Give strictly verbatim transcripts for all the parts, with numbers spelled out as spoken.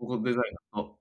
ここデザイナーの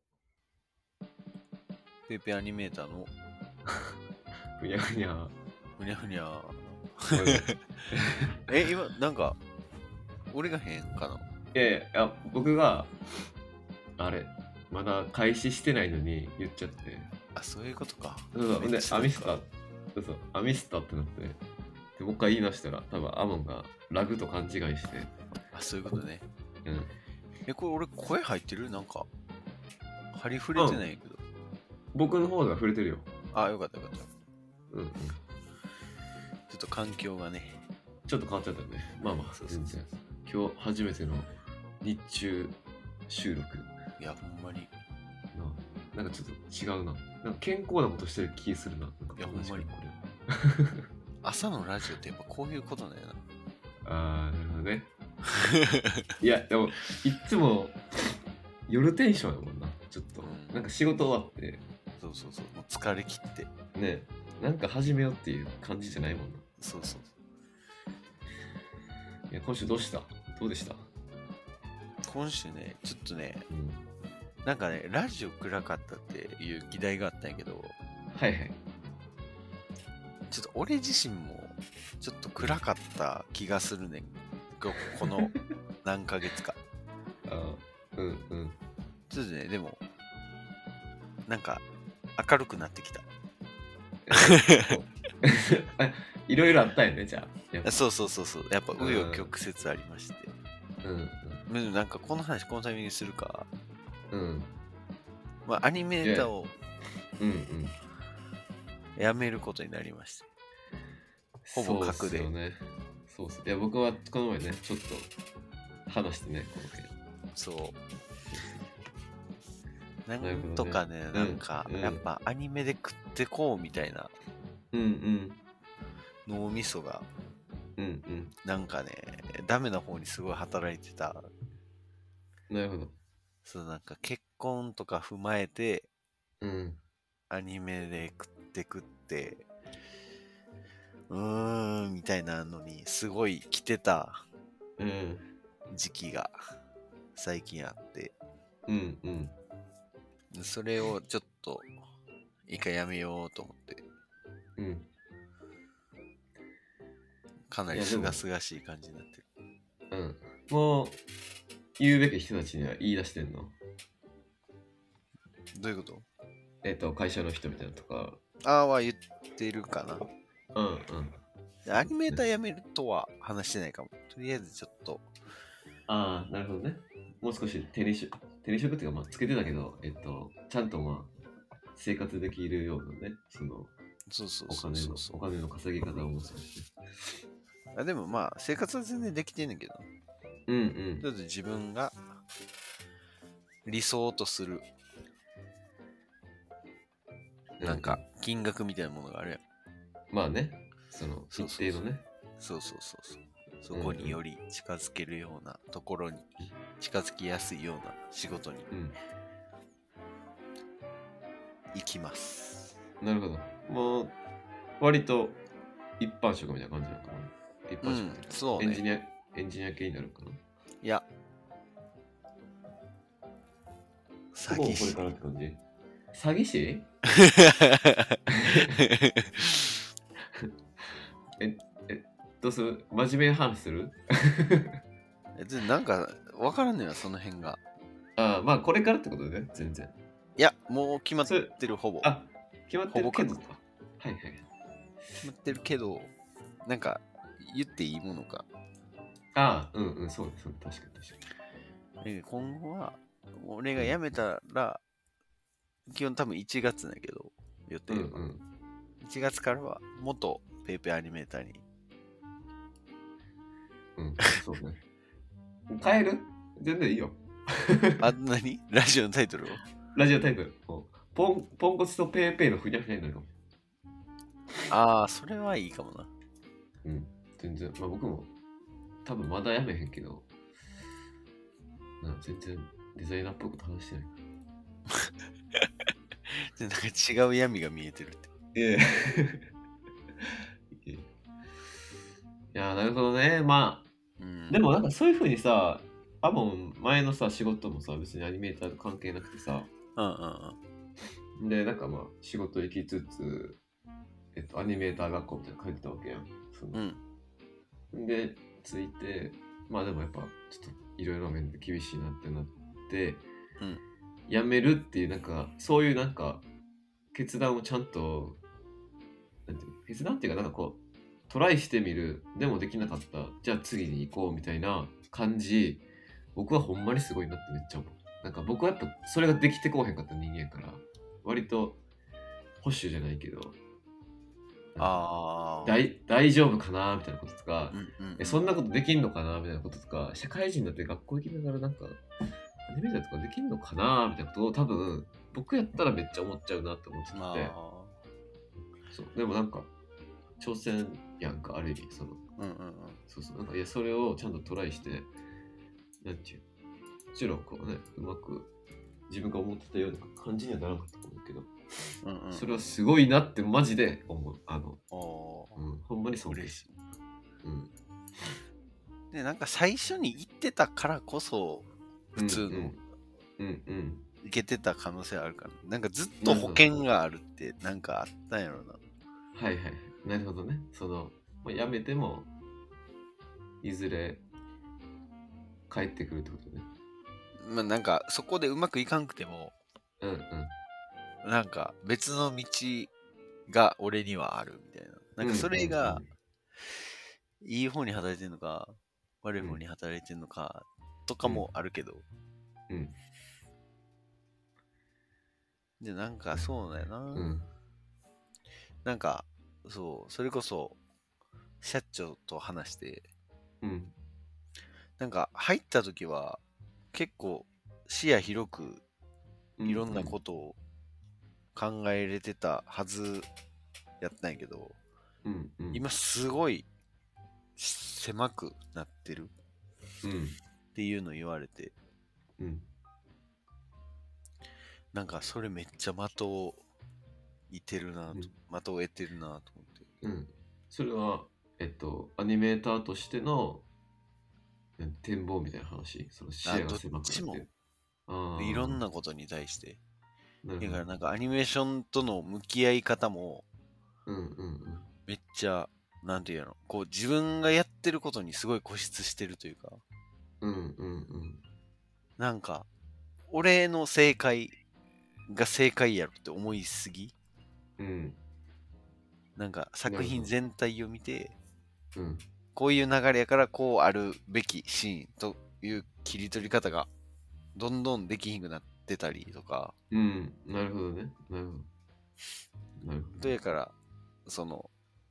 ペーペーアニメーターのふにゃふにゃ。 ふにゃふにゃ。 ごめんごめんえ、今、なんか、俺が変かな。 いやいやいや、僕が、あれ、まだ開始してないのに言っちゃって。 あ、そういうことか。 そうそう、で、 めっちゃアミスタ、そうそう、アミスタってなって、で、もう一回言い出したら、多分アモンがラグと勘違いして、 あ、そういうことね。 うん。 え、これ俺声入ってるなんか、張り触れてないけど。 僕の方が触れてるよ。 あ、よかったよかった。 うんうん。 ちょっと環境がね。 ちょっと変わっちゃったよね。まあまあ、 そうそうそう全然。今日初めての日中収録。 いや、ほんまに。 ななんかちょっと違うな。なんか健康なことしてる気するな。なんかいやほんまにこれ。 朝のラジオってやっぱこういうことだよな。 あー、なるほどね。いや、でも、いっつも夜テンションやもんな。ちょっと。 うんなんか仕事終わって、 そうそうそう。もう疲れ切って。 ね、なんか始めようっていう感じじゃないもんな。 そうそう。 いや、今週どうしたどうでした？ 今週ね、ちょっとね、 うん。 なんかね、ラジオ暗かったっていう議題があったんやけど、 はいはい。 ちょっと俺自身もちょっと暗かった気がするねん。ここの何ヶ月か。 あーうんうん。 ちょっとね、でも、なんか明るくなってきた。 あいろいろあったよね、じゃあ。やっぱそうそうそうそう。やっぱ紆余曲折ありまして。 うんうんなんかこの話このタイミングにするか。 うん。うん。 まあアニメーターをうんうん。 やめることになりまして。ほぼ角でそうっすよね。そうっす。いや、僕はこの前ね、ちょっと話してね、この件。 そう。ななるほどねんとかね、なんか、 うんうんやっぱアニメで食ってこうみたいなうんうん。 脳みそが、 うんうん。 なんかね、ダメな方にすごい働いてた。 なるほど。 そう、なんか結婚とか踏まえて、 うん。 アニメで食って食って、うーん、みたいなのにすごい来てたうん。 時期が最近あって、 うんうん。 それをちょっと一回やめようと思って、 うん。 かないりやですもがすがしい感じになってる。 うん。もう、言うべき人たちには言い出してんの。 どういうこと？ えっと、会社の人みたいなのとか。 あーは言ってるかな。 うんうん。 アニメーターやめるとは話してないかも。とりあえずちょっと、 ああ、なるほどね。もう少し手にし、手に職っていうか、まあ、つけてたけど、えっと、ちゃんとまあ、生活できるようなね、その、 そうそうお金のそうそう、そお金の稼ぎ方をもう少し。 う。あでもまあ、生活は全然できてんねんけど、 うんうんと。りあえず自分が理想とする、なんか、金額みたいなものがあるやん。 まあね、そのそうそうそう一定のね。 そうそうそうそう。そこにより近づけるようなところに、近づきやすいような仕事にうん。 行きます。 なるほど。もう、割と一般職みたいな感じなのかな。一般職みたいな。 うんそうねエンジニア、エンジニア系になるのかな。 いや、詐欺師ほぼこれか。らって感じ。詐欺師え、え、どうする真面目な話するえでなんか、わからんのよ、その辺が。 ああ、まあこれからってことでね、全然。 いや、もう決まっそれてる、ほぼ。 あ、決まってるけどほぼか。はいはい。 決まってるけど、なんか、言っていいものか。 ああ、うんうん、そうです、そうです、確かに確かで今後は、俺が辞めたら、基本多分いちがつだけど、予定に。 は。 うんうん。 いちがつからは、元ペイペイアニメーターに。 うん、そうね。変える全然いいよ。 あ、何ラジオのタイトルをラジオタイトル。ポン、ポンコツとペーペーのふにゃふにゃになるかも。 ああ、それはいいかもな。 うん、全然。まあ僕も、多分まだやめへんけど、な全然デザイナーっぽいこと話してない。 でなんか違う闇が見えてるって。 ええ。いやー、なるほどね。まあ、 うん。 でもなんかそういう風にさ、 あ、もう前のさ、仕事もさ、別にアニメーターと関係なくてさ、 うんうんうん。 で、なんかまあ、仕事行きつつ、えっと、アニメーター学校みたいなの書いてたわけやん。そのうんで、ついて、まあでもやっぱ、ちょっといろいろな面で厳しいなってなって、 うん辞めるっていう、なんか、そういうなんか、決断をちゃんと、なんていうの、決断っていうか、なんかこう、トライしてみる、でもできなかった、じゃあ次に行こうみたいな感じ、僕はほんまにすごいなってめっちゃ思う。なんか僕はやっぱそれができてこうへんかった人間やから、割と保守じゃないけど、なんかああ。 大大丈夫かなみたいなこととか、 うんうんうん。 えそんなことできんのかなみたいなこととか、社会人だって学校行きながらなんか、アニメーターとかできんのかなみたいなことを多分、僕やったらめっちゃ思っちゃうなって思ってて、 まあ。 そうでもなんか、挑戦やんか、ある意味、その、 うんうんうん。 そうそう、なんかいや、それをちゃんとトライして、なんていう、もちろんこうね、うまく自分が思ってたような感じにはならなかったと思うけど、 うんうんうん、 それはすごいなってマジで思う。あの、 おー、 うん、ほんまにそう嬉しい。 うん。 で、なんか最初に言ってたからこそ、普通のうんうんうん。 いけてた可能性あるから、なんかずっと保険があるってなんかあったんやろな。 はいはいはい。なるほどね。その、まあ、やめても、いずれ帰ってくるってことね。 まあなんかそこでうまくいかんくても、 うんうん。 なんか別の道が俺にはあるみたいな。なんかそれがいい方に働いてんのか、悪い方に働いてんのかとかもあるけど。 うん。うん。 で、なんかそうだよな。 うん。 なんか、そう、それこそ、社長と話して、 うん。 なんか入った時は結構視野広くうん。 いろんなことを考えれてたはずやったんやけど、 うんうん。 今すごい狭くなってるうんっていうのを言われて、 うん。 なんかそれめっちゃ的をいてるなと、 うん的を得てるなと思って。 うん。それは、えっと、アニメーターとしてのうん展望みたいな話、その視あ、 野がどっ狭くなちもってる。あいろんなあ、 ことに対して。 なるほど。 だからなんかアニメーションとの向き合い方もうんうんめっちゃ、なんていうの、こう自分がやってることにすごい固執してるというか、 うん。うんうんうん。 なんか、俺の正解が正解やろって思いすぎ、 うん。 なんかなるほど。 作品全体を見て、 うん。 こういう流れやからこうあるべきシーンという切り取り方がどんどんできひんくなってたりとか、 うん。なるほどね。なるほど。なるほど。 とやから、その、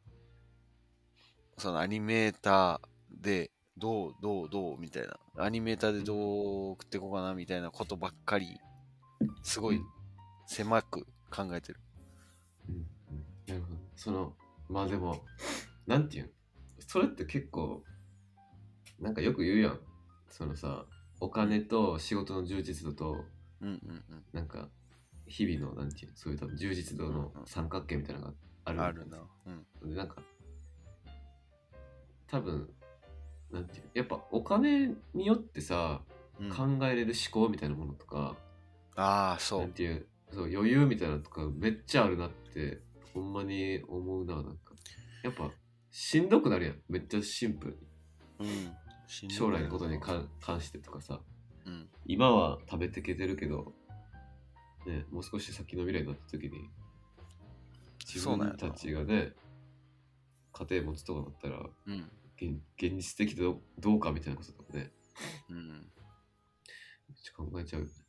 そのアニメーターでどうどうどうみたいな、アニメーターでどう送っていこうかなみたいなことばっかり、すごい狭く考えてる。 うんうん、なるほど。その、まあでも、なんていうんそれって結構、なんかよく言うやん。そのさ、お金と仕事の充実度と、 うんうんうん。 なんか、日々の、なんていうそういう多分充実度の三角形みたいなのがある。 あるな。うん。 で、なんか、多分、なんていうやっぱお金によってさ、 うん、 考えれる思考みたいなものとか、 ああ、そう。 なんていう、そう余裕みたいなのとかめっちゃあるなって、ほんまに思うな、なんか。やっぱ、しんどくなるやん。めっちゃシンプルに。 うん。しんど将来くなるのことに関関してとかさ。 うん。 今は食べていけてるけど、ね、もう少し先の未来になった時に、自そうなんやな。 分たちがね、家庭持つとかだったら、 うん。 現現実的でどどうかみたいなこととかね、 うん。 めっちゃ考えちゃうよね。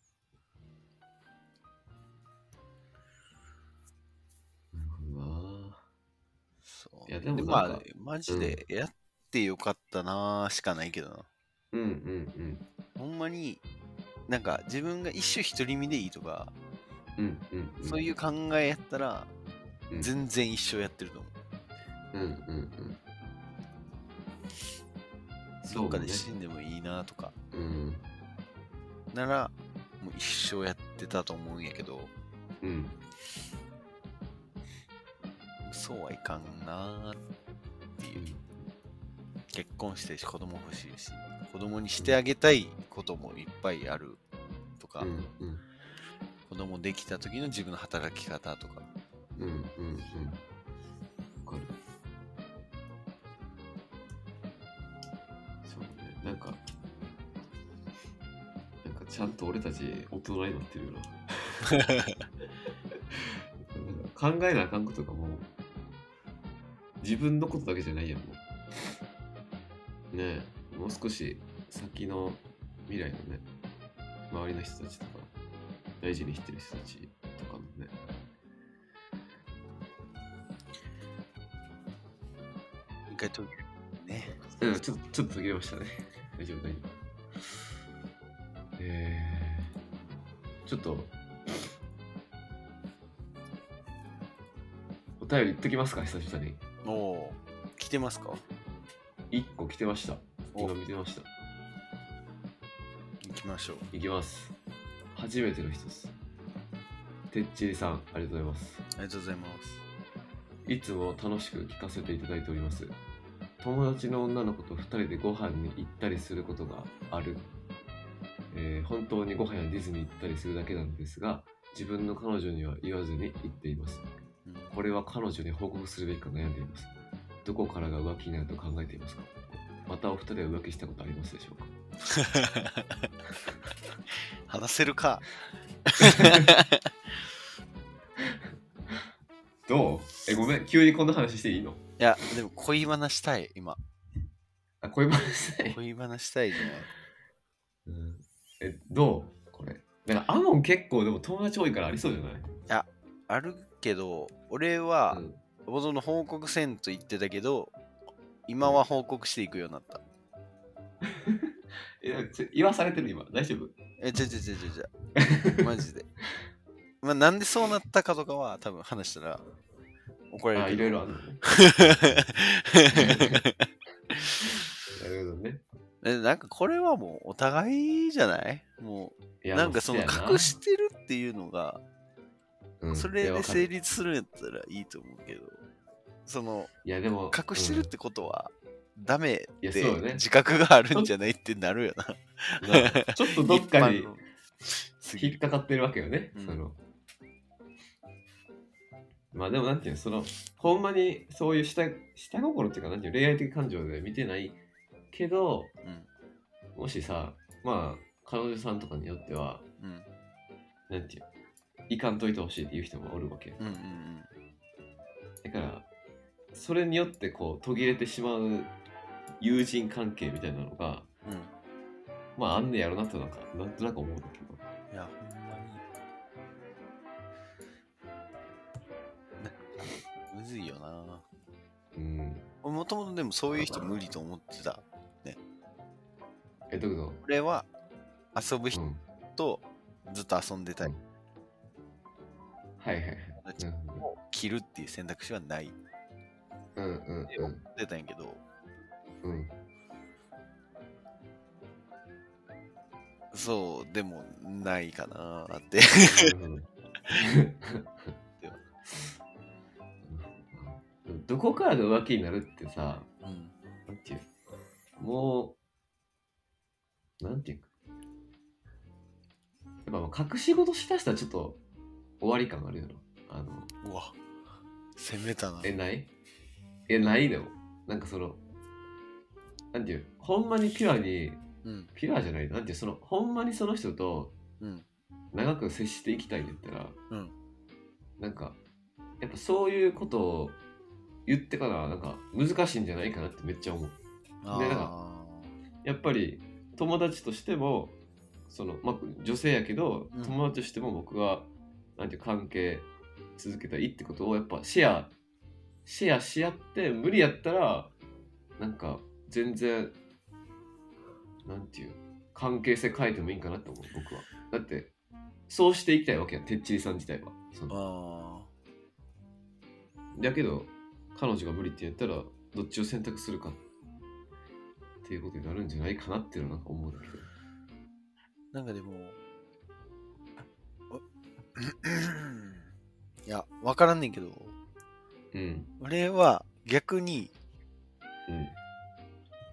なるほどな。 そう。 いや、でもで、まあ、 なんか、 マジうん、 でやってよかったなーしかないけどな。 うんうんほんまに、なんか自分が一生独り身でいいとか、 うん、うんうんうん、 そういう考えやったら、 うん全然一生やってると思う。 うんうんうんどっかで死んでもいいなとか、 うん、 なら、もう一生やってたと思うんやけど、 うん、 そうはいかんなーっていう。 結婚してるし子供欲しいし、子供にしてあげたいこともいっぱいあるとか、 うんうん子供できた時の自分の働き方とか。 うんうんうん。わかる。そうね。なんか、なんかちゃんと俺たち大人になってるよな。なんか考えなあかんことがもう自分のことだけじゃないやんもう。ねえ、もう少し先の未来のね、周りの人たちとか、大事にしてる人たちとかのね。 一回とね。 うん、ちょっと、ちょっと途切れましたね。大丈夫、大丈夫。えー、ちょっと、お便り言っときますか、久々に。 おお、来てますか？ いっこ来てました。今見てました。 行きましょう。 いきます。初めての人です。てっちりさん、ありがとうございます。 ありがとうございます。 いつも楽しく聞かせていただいております。友達の女の子とふたりでご飯に行ったりすることがある。えー本当にご飯やディズニー行ったりするだけなんですが、自分の彼女には言わずに行っています。 うんこれは彼女に報告するべきか悩んでいます。どこからが浮気になると考えていますか？またお二人は浮気したことありますでしょうか？ 話せるか。 どう？え、ごめん、急にこんな話していいの？ いや、でも恋話したい、今。 あ、恋話したい。 恋話したいね。 うん、え、どうこれ。なんかアモン結構でも友達多いからありそうじゃない？ いや、あるけど、俺は、 うん、 その報告せんと言ってたけど、今は報告していくようになった。 え、なんかちょ言わされてる今。大丈夫？ え、ちゃちゃちゃちゃちゃ、マジで。まあ、なんでそうなったかとかは多分話したら怒られあ、 るけど。 いろいろあるのね。なるほどね。 えなんかこれはもうお互いじゃないもいうやなんかそのもうそうやな隠してるっていうのが、 うん、 それでいやわかる成立するんやったらいいと思うけど、そのいやでも隠してるってことはダメっていやそうよね自覚があるんじゃないってなるよな。 うんなちょっとどっかに一般のすぎ引っる。 かかってるわけよね、 うんそのまあでもなんていうのそのほんまにそういう下下心っていうかなんていうの恋愛的感情で見てないけどうんもしさまあ彼女さんとかによってはうんなんていういかんといてほしいっていう人もおるわけうんうんだからそれによってこう途切れてしまう友人関係みたいなのがうんうん。 まああんねやろなとなんかなんとなく思うんだけどいやほんまになんかむずいよな。 うんもともとでもそういう人無理と思ってた。 えどういうこ俺は遊ぶ人とうんとずっと遊んでたい。 うんはいはいはい友達なるほどを切るっていう選択肢はないっうんうんて思ってたんやけど、 うんうんそうでもないかなーって。 なるほどではどこからが浮気になるってさ、 うんなんていうもう、なんていうか、やっぱもう隠し事しだしたらちょっと終わり感あるよな。あの、 うわ攻めたな。 え、ないえ、ないでも。なんかその、なんていうほんまにピュアに、 うんピュアじゃないなんていうその、ほんまにその人とうん長く接していきたいんだったら、 うんなんか、やっぱそういうことを言ってから、なんか難しいんじゃないかなってめっちゃ思う。 あでなんかやっぱり友達としてもその、まあ、女性やけど、 うん友達としても僕がなんていう関係続けたらいいってことをやっぱシェアシェアし合って無理やったらなんか全然なんていう関係性変えてもいいんかなと思う僕はだってそうしていきたいわけやんてっちりさん自体はそのあだけど彼女が無理って言ったらどっちを選択するかっていうことになるんじゃないかなっていうのはなんか思うんだけどーなんかでもいや分からんねんけど、 うん俺は逆にうん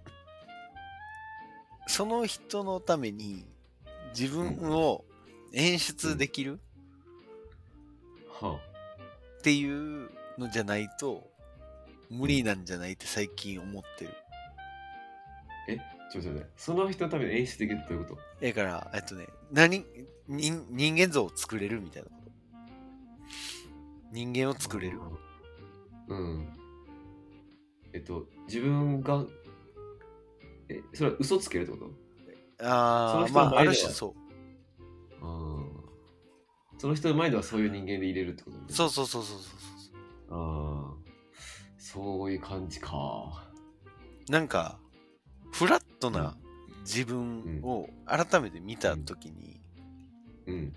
その人のために自分を演出できるはっていうのじゃないと無理なんじゃないって最近思ってる。 あ。え、ちょちょちょ、その人のために演出できるってどういうこだから、えっとね、何、人人間像を作れるみたいなこと。人間をと作れる。 うん。えっと、自分が、え、それは嘘つけるってことそのああ、まあ、あ人の前では、 る種そう。 あーその人の前ではそういう人間で入れるってことね。 そうそうそうそうそうそああ、そういう感じか。 う。なんか、フラットうん。 な自分を改めて見たときに、 うん。 い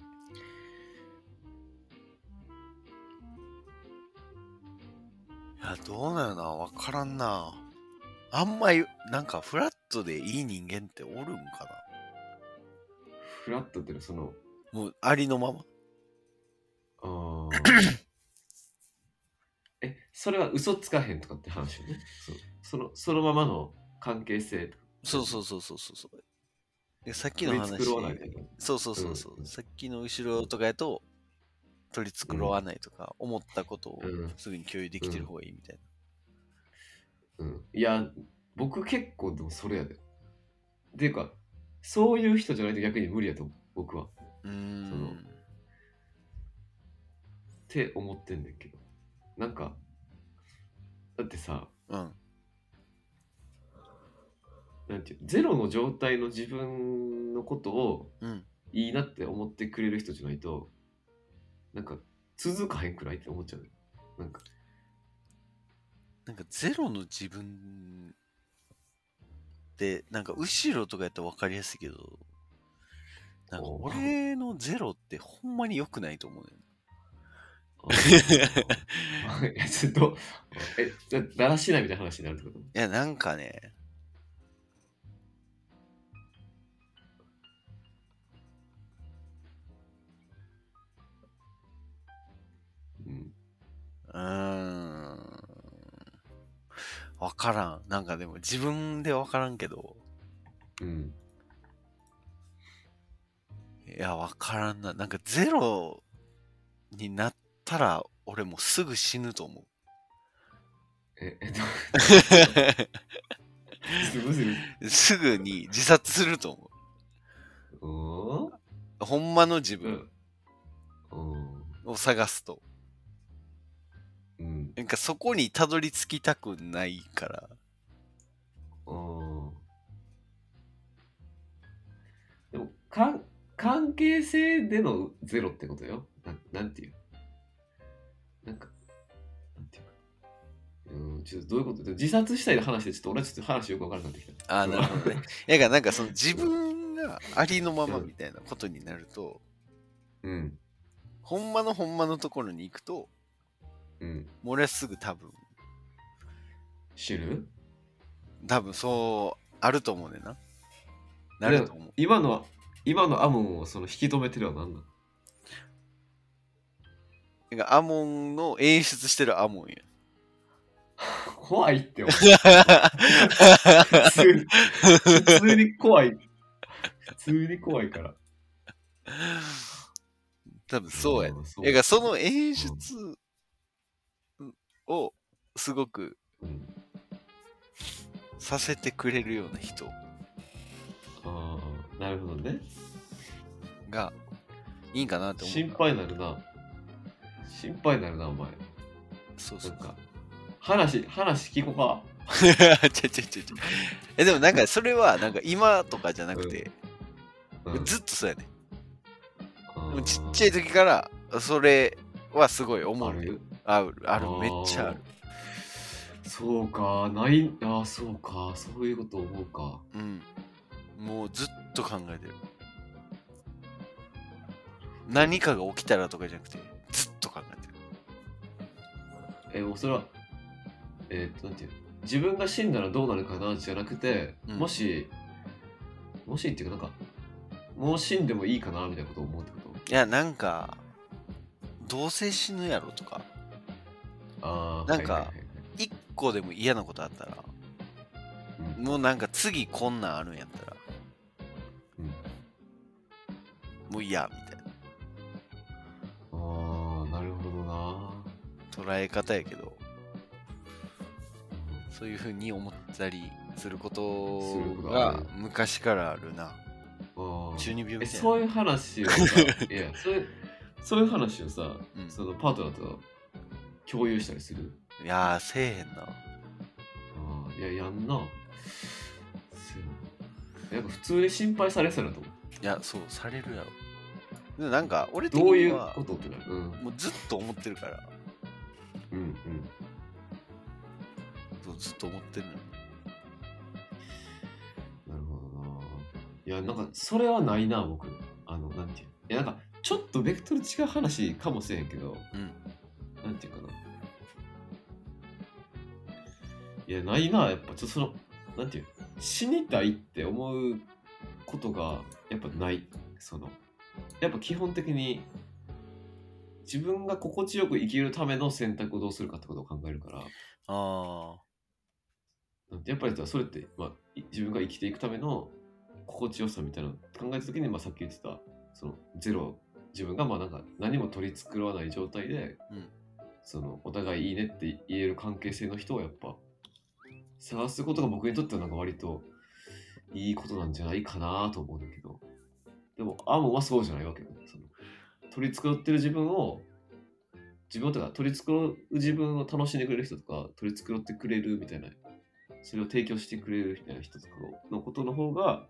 や、どうなのな、わからんな。あんまり、なんか、フラットでいい人間っておるんかフラットってのはその、 な。もう、ありのまま。 ああ。え、それは嘘つかへんとかって話よね。そうその、そのままの関係性とか。 そうそうそうそうそうそう。でさっきの取り繕わ話ないみたいな。 そうそうそうそう、 うんさっきの後ろとかやと取り繕わないとか、思ったことをうんすぐに共有できてる方がいいみたいうん。いや、僕結構でもそれやで。っていうか、そういう人じゃないと逆に無理やと思う、僕は。 な。うーその、っん。 て思ってんだけど。なんか、だってさ、 うん。 なんていう、ゼロの状態の自分のことをうん。 いいなって思ってくれる人じゃないと、なんか続かへんくらいって思っちゃうね。なんか、 なんかゼロの自分ってなんか後ろとかやったら分かりやすいけど、なんかこう、 俺のゼロってほんまに良くないと思うねん。 あーえ、ちょっと、え、じゃあだらしないみたいな話になるってこといやなんかね、 うん。 うーん。分からん。なんかでも自分で分からんけど、 うん。 いや分からんな。なんかゼロになったら俺もうすぐ死ぬと思う。 え、えっと、ちょっとむずい。 すぐに自殺すると思おーう。ほんまの自分うん。 を探すと。 うん。 なんかそこにたどり着きたくないから。 うん。でも、かん、関係性でのゼロってことよ。な、なんていう。なんか、なんていうか。うん、ちょっとどういうことで自殺したいの話でちょっと俺はちょっと話よくわからなくなってきた。 ああ、 そのなるほどね。だからなんかその自分がありのままみたいなことになると、 うん。 ほんまのほんまのところに行くと、 うん。 もう俺はすぐ多分、 知る多分そうあると思うねんな。なると思う。 今の、今のアモンをその引き止めてるは何なのなんかアモンの演出してるアモンや。 怖いって思う。普通に、普通に怖い。普通に怖いから。 多分そうやね。 んそうだからその演出をすごくうんさせてくれるような人ああ、なるほどね。 がいいんかなって思う。 心配になるな。心配になるな、お前。 そうそう。 なんか、話、話聞こうか。 ちょちょちょちょ。え、でもなんかそれはなんか今とかじゃなくて、 うん、 ずっとそうやね。 あでもちっちゃい時からそれはすごい思うね。 あるある、ある、 あーめっちゃある。 そうか、ない、ああ、そうか、そういうこと思うか。 うん。もうずっと考えてる。何かが起きたらとかじゃなくて、ずっと考えてる。 え、もうそれは、えーっと、なんていうの自分が死んだらどうなるかなじゃなくて、 うんもし、もしっていうか、なんか、もう死んでもいいかなみたいなことを思うってこといや、なんか、どうせ死ぬやろとか、 ああ、 なんかはいはいはいはい一個でも嫌なことあったら、 うんもうなんか次こんなんあるんやったら、 もう嫌みたいなあー、なるほどな。 捉え方やけど、そういう風に思ったりすることすることあがる。 昔からあるな。 あー中二病みたいな。 え、そういう話をさ、いや、そういう、そういう話をさ、 うんそのパートナーと共有したりする。 いやー、せえへんな。 ああ、いや、やんな。そうやな。やっぱ普通に心配されそうだと思う。 いや、そう、されるやろ。でなんか、俺的どういうには、 ことってなる。うん。 もうずっと思ってるから、 うんうん。 そうずっと思ってるの。 なるほどな。いや、なんか、それはないな、僕。あの、なんていう。いや、なんか、ちょっとベクトル違う話かもしれへんけど、 うん。 なんていうかな。いや、ないな、やっぱ、ちょっとその、なんていう。死にたいって思うことが、やっぱない。その、やっぱ基本的に、自分が心地よく生きるための選択をどうするかってことを考えるから、 あなんてやっぱりさそれって、まあ、い自分が生きていくための心地よさみたいなのを考えたときに、まあ、さっき言ってた、そのゼロ、自分がまあなんか何も取り繕わない状態で、 ー、うん。 そのお互いいいねって言える関係性の人をやっぱ探すことが僕にとってはなんか割といいことなんじゃないかなと思うんだけど、でもアーモンはそうじゃないわけよね。その取り繕ってる自分を自分とか取り繕う自分を楽しんでくれる人とか取り繕ってくれるみたいな、それを提供してくれるみたいな人とかのことの方が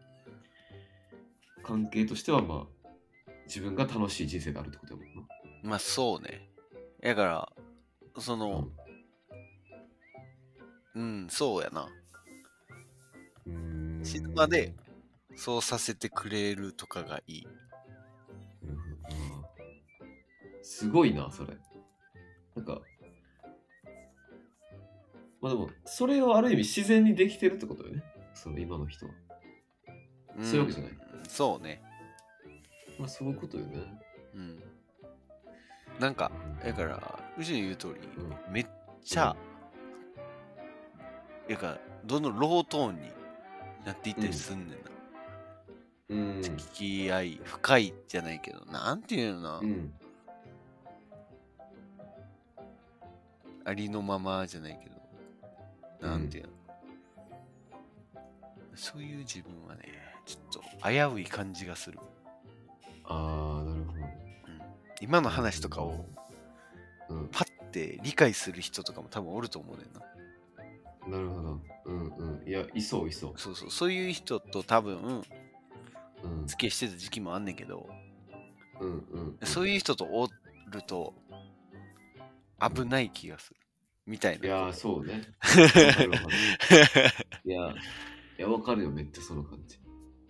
関係としてはまあ自分が楽しい人生があるってことやもんな。 まあ、そうね。だから、その、うん、そうやな。 うーん。 死ぬまでそうさせてくれるとかがいい。 なるほどな。すごいな、それ。なんか、まあでも、それをある意味自然にできてるってことよね。その今の人は。 うんそういうわけじゃない。 そうね。 まあそういうことよね。 うん。なんか、だから、うちの言う通り、 うんめっちゃ、だから、どんどんロートーンになっていったりすんねんな。 うん。 付き合い、深いじゃないけど、なんていうのな、 うん。 ありのままじゃないけど、なんていうの、そういう自分はね、ちょっと危うい感じがする。 ああ、なるほど。 今の話とかをうん。 パッて理解する人とかも多分おると思うねんな。 なるほど。うんうん。いや、いそういそう。 そうそう、そういう人と多分、 うん。 付き合いしてた時期もあんねんけど、 うんうん、うん。 そういう人とおると危ない気がする。みたいな。 いやー、そうね。わかるわかる。いや、いや、わかるよ、めっちゃその感じ。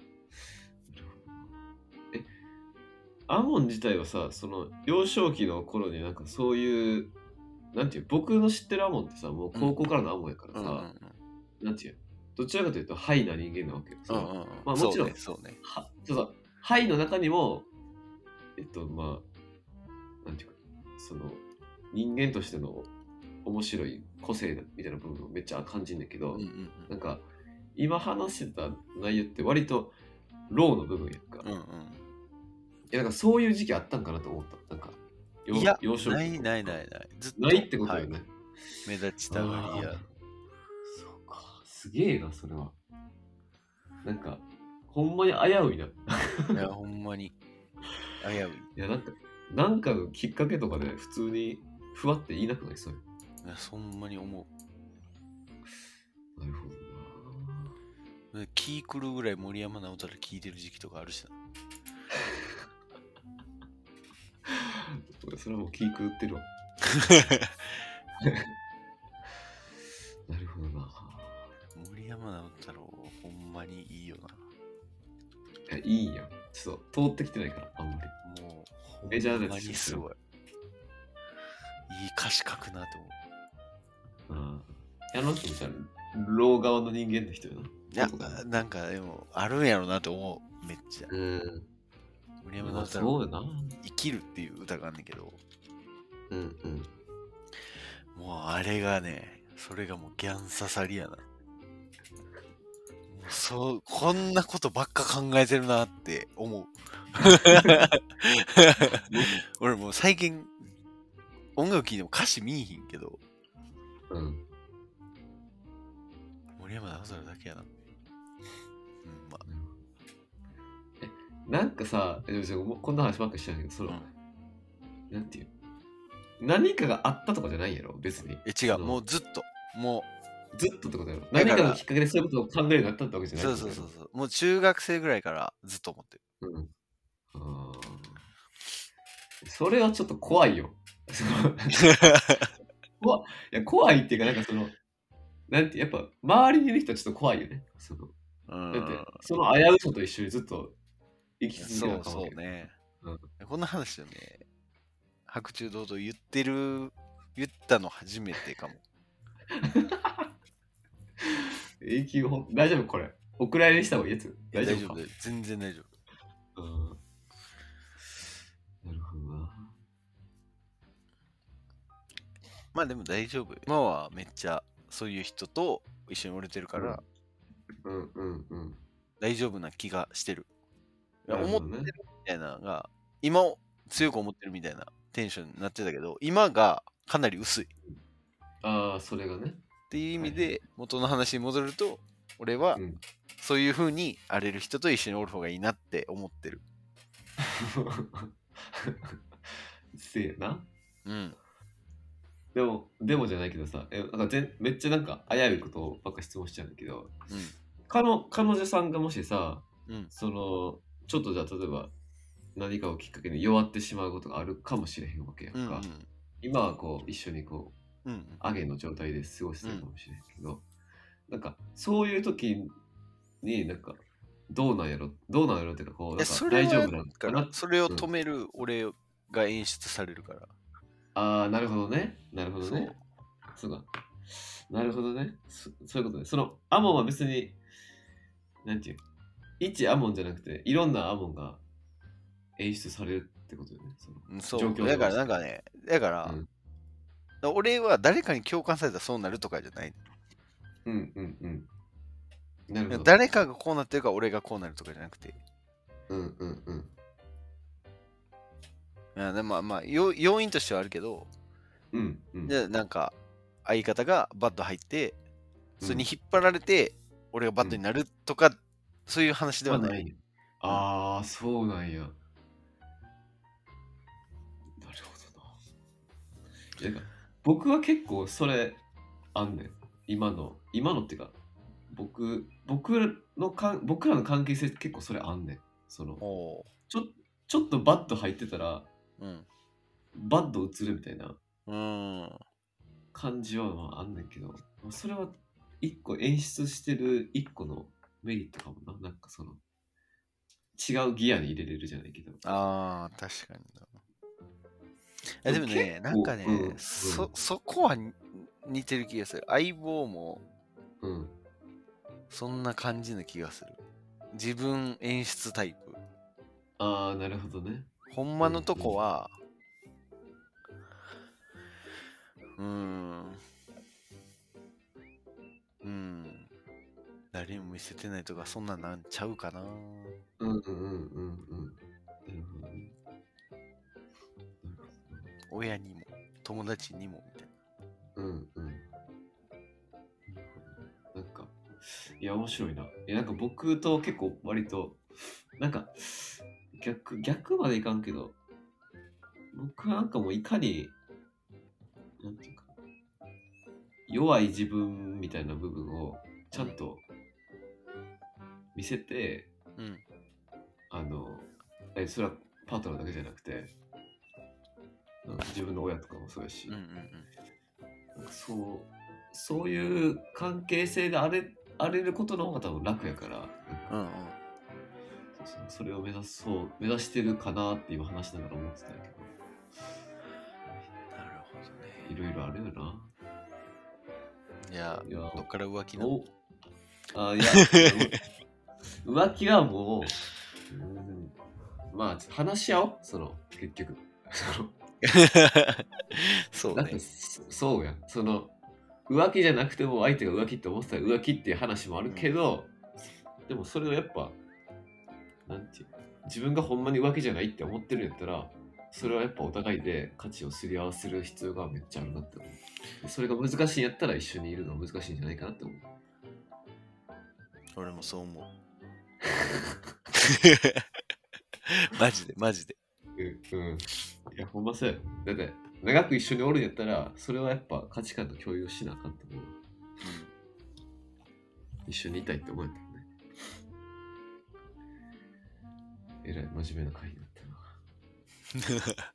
え、アモン自体はさ、その幼少期の頃になんかそういう、なんていう、僕の知ってるアモンってさ、もう高校からのアモンやからさ、 うんうんうんなんていう、どちらかというと、ハイな人間なわけよ。そのうんうんうんまあもちろん、 そうね、そうね。 はそうそうハイの中にも、えっと、まあ、なんていうか、その、人間としての面白い個性みたいな部分をめっちゃ感じんだけど、 うんうんうんなんか、今話してた内容って割とローの部分やんか。 うんうんいや、なんかそういう時期あったんかなと思った。なんか、幼いや、 幼少期ないとかないないない。ずっと。 ないってことよね。 はい目立ちたがりやあー。そうか。すげえな、それは。なんか、ほんまに危ういな。いいや、ほんまに危うい。 や、なんか、なんかのきっかけとかで普通にふわって言いなくないそういう。 いや、そんまに思なるほどな。 う。気狂うぐらい森山直太朗聞いてる時期とかあるしな。 俺それはもう気狂ってるわ。なるほどな。 森山直太朗、ほんまにいいよな。 いや、いいやん。ちょっと通ってきてないから、あんまり。 もう、 メジャーなほんまやつにすごい。いい歌詞書くなって思う。 ああ。あの人もさ、ロー側の人間の人よな。 いやそうか、 なんかでも、あるんやろなって思う。めっちゃ。 うん。 森山まあ直太朗、 そうよな。 生きるっていう歌があんねんけど、 うんうん。 もうあれがね、それがもうギャン刺さりやな。もうそう、こんなことばっか考えてるなって思う。俺もう最近音楽聴いても歌詞見えひんけど、 うん。 森山直太朗だけやな。うん、まあ。 え、なんかさ、でももうこんな話ばっかりしちゃうけど、その、 うんなんていう何かがあったとかじゃないやろ、別に。 え、違う、 そのもうずっと。もずっとってことやろ。 だから何かのきっかけでそういうことを考えるようになったってわけじう、 ゃないそうってことやろ。 そうそうそう。もう中学生ぐらいからずっと思ってる。 うん。あーそれはちょっと怖いよ。その怖いや怖いっていうか、なんかその、なんて、やっぱ周りにいる人はちょっと怖いよね。そのうだって、 ん。 その危うさと一緒にずっと生き続けなそうあかんわけよ。 そうね。 うん、 こんな話よね。白昼堂々言ってる、言ったの初めてかも。 永久ほん大丈夫これ。お蔵入りした方がいいやつ。 いや大丈夫か大丈夫だよ。全然大丈夫。 うん。なるほどな。 まあでも大丈夫。今はめっちゃそういう人と一緒におれてるからうんうんうん。 大丈夫な気がしてる。いやなるほどね。 思ってるみたいなのが、今強く思ってるみたいなテンションになってたけど、今がかなり薄い。っああ、それがね。 ていう意味はいで元の話に戻ると、俺はうん。 そういう風に荒れる人と一緒におる方がいいなって思ってる。 せやな。 うん。 でも、でもじゃないけどさ、えなんかぜめっちゃなんか危ういことばっか質問しちゃうんだけど、彼女彼女さんがもしさ、 うん。うん。 その、ちょっとじゃあ例えば何かをきっかけに弱ってしまうことがあるかもしれへんわけやんうん。 か。今はこう一緒にこう、 うん。 アゲの状態で過ごしてるかもしれんけど、なんかそういう時になんかどうなんやろどうなんやろっていうかこうなんかそれは大丈夫なのか、 からな。 それをうん止める俺が演出されるから。 ああ、なるほどね。なるほどそう。 ね。そうか。なるほどね。そそういうことね。そのアモンは別に、なんていう、一アモンじゃなくて、いろんなアモンが演出されるってことよね。そのうんそう。 状況だからに応じて。 なんかね、だから、 うん俺は誰かに共感されたらそうなるとかじゃない。 うんうんうん。なるほど。 誰かがこうなってるから俺がこうなるとかじゃなくて。 うんうんうん。 いやでもまあまあ要要因としてはあるけど、 うんうん。 でなんか相方がバッド入ってうんそれに引っ張られて俺がバッドになるとか、そういう話ではない。 はない。ああ、そうなんや。なるほどな。なんか僕は結構それあんねん。今の、今のっていうか、僕、僕のかん僕らの関係性って結構それあんねん。その、 おちょちょっとバッド入ってたら、 う。うん。 バッド映るみたいなうーん。 感じはまああんねんけど、それは一個演出してる一個のメリットかもな。なんかその、違うギアに入れれるじゃないけど。 ああ、確かにな。えでもね、なんかね、 うんそ、そこはに似てる気がする。相棒もうん。 そんな感じな気がする。自分演出タイプ。 ああ、なるほどね。 ほんまのとこは、うーん。うーん。誰にも見せてないとか、そんなんなんちゃうかな。 うんうんうんうんうん。なるほどね。 親にも、友達にもみたいうんうん。なんか、いや、面白いな。いや、なんか僕と結構割と、なんか、逆、逆までいかんけど、僕はなんかもういかに、なんていうか、弱い自分みたいな部分をちゃんと見せて、 な。うん。 あの、え、それはパートナーだけじゃなくて、なんか自分の親とかもそうやし、 うんうんなんかそう、そういう関係性であれ、あれることの方が多分楽やから、なんかうん。うんうん。 そうそうそれを目指そう、目指してるかなって今話しながら思ってたんやけなるほどね。 ど、いろいろあるよな。 いや、 いや、 どっから浮気なの？ おあ、いや、う浮気はもう、うんまあ、話し合おう、その、結局。そのそうねだって。そそうやん。その浮気じゃなくても相手が浮気って思ってたら浮気っていう話もあるけど、 でもそれはやっぱ、なんていう、自分がほんまに浮気じゃないって思ってるんやったら、それはやっぱお互いで価値をすり合わせる必要がめっちゃあるなって思う。それが難しいんやったら一緒にいるのは難しいんじゃないかなって思う。 俺もそう思う。マジで、マジで。 うん、うん。いや、ほんまそうや。だって、長く一緒におるんやったら、それはやっぱ価値観と共有しなあかんと思う。一緒にいたいって思うんやったらね。えらい真面目な会になったな。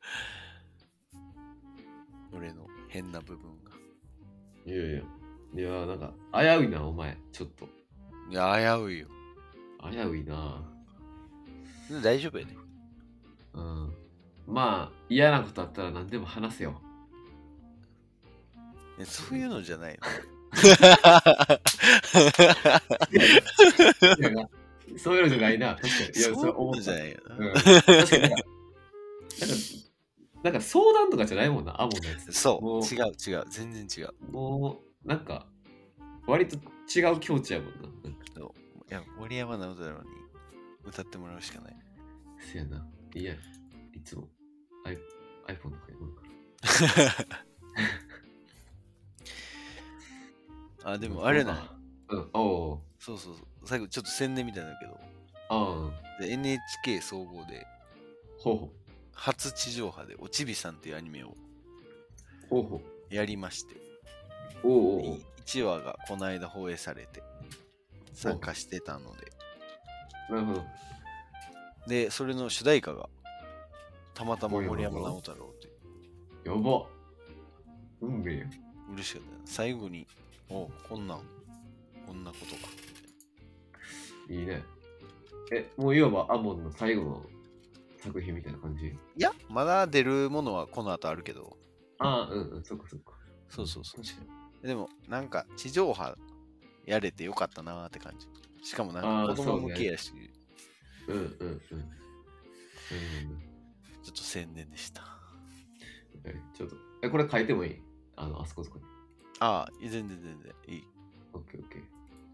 俺の変な部分が。 いやいや。いや、なんか、危ういな、お前。ちょっと。 いや、危ういよ。 危ういな。 大丈夫やね。 うん。まあ、嫌なことあったら何でも話せよ。 えそういうのじゃないの。 いやなそういうのじゃないな。確かに。いや、それそういう思った。 のじゃないよな。 うん、確かになんか、なんか、なんか相談とかじゃないもんな、アモンのやつ。 そうもう違う違う全然違う。 もう、なんか、割と違う境地やもんな。なんかそういや森山直太朗に歌ってもらうしかない。 せやな。いや、いつも I- iPhone とかにおるから。 あでもあれな。 うん、おうそうそうそう。最後ちょっと宣伝みたいなんだけど。 ああ、 で エヌエイチケー 総合でほうほ初地上波でおちびさんっていうアニメをう。ほうほう。 やりまして。 おうおうおう。 いちわがこの間放映されて参加してたので。 なるほど。 で、それの主題歌がたまたま森山直太朗ってやば。運命や。 嬉しかったな。最後に、おこんなん、こんなことか。 いいね。え、もういわばアモンの最後の作品みたいな感じ。 いや、まだ出るものはこの後あるけど。 ああ、うんうん、そっかそっか。 そうそうそう。 確かに。 でも、なんか地上波やれてよかったなーって感じ。しかもなんあーか子供向けやし、 うんうんうん。うんちょっと宣伝でした。 えちょっと、え、これ書いてもいいあの、あそことかに。 ああ、全然全然いい。 オッケーオッケー。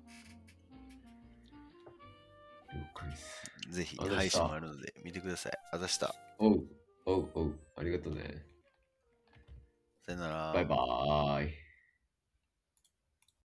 了解です。 ぜひあざした配信もあるので見てください。あざした。 おう、おう、おう、ありがとうね。 さよなら。 バイバーイ。